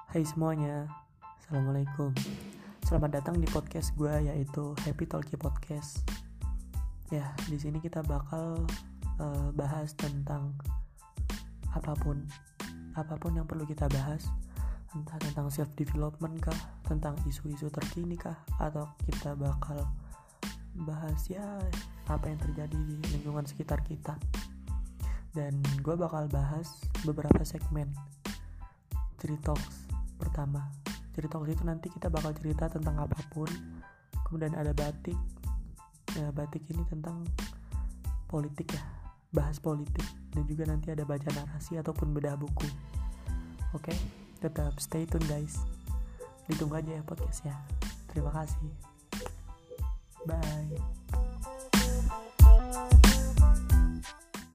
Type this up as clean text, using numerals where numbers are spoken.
Hai semuanya, Assalamualaikum. Selamat datang di podcast gue, yaitu Happy Talkie Podcast. Ya, di sini kita bakal bahas tentang apapun yang perlu kita bahas, entah tentang self development kah, tentang isu-isu terkini kah, atau kita bakal bahas apa yang terjadi di lingkungan sekitar kita. Dan gue bakal bahas beberapa segmen. Ceritox pertama. Ceritox itu nanti kita bakal cerita tentang apapun. Kemudian ada batik. Ya, batik ini tentang politik ya, bahas politik. Dan juga nanti ada baca narasi ataupun bedah buku. Oke, tetap stay tune guys. Ditunggu aja ya podcastnya. Terima kasih. Bye.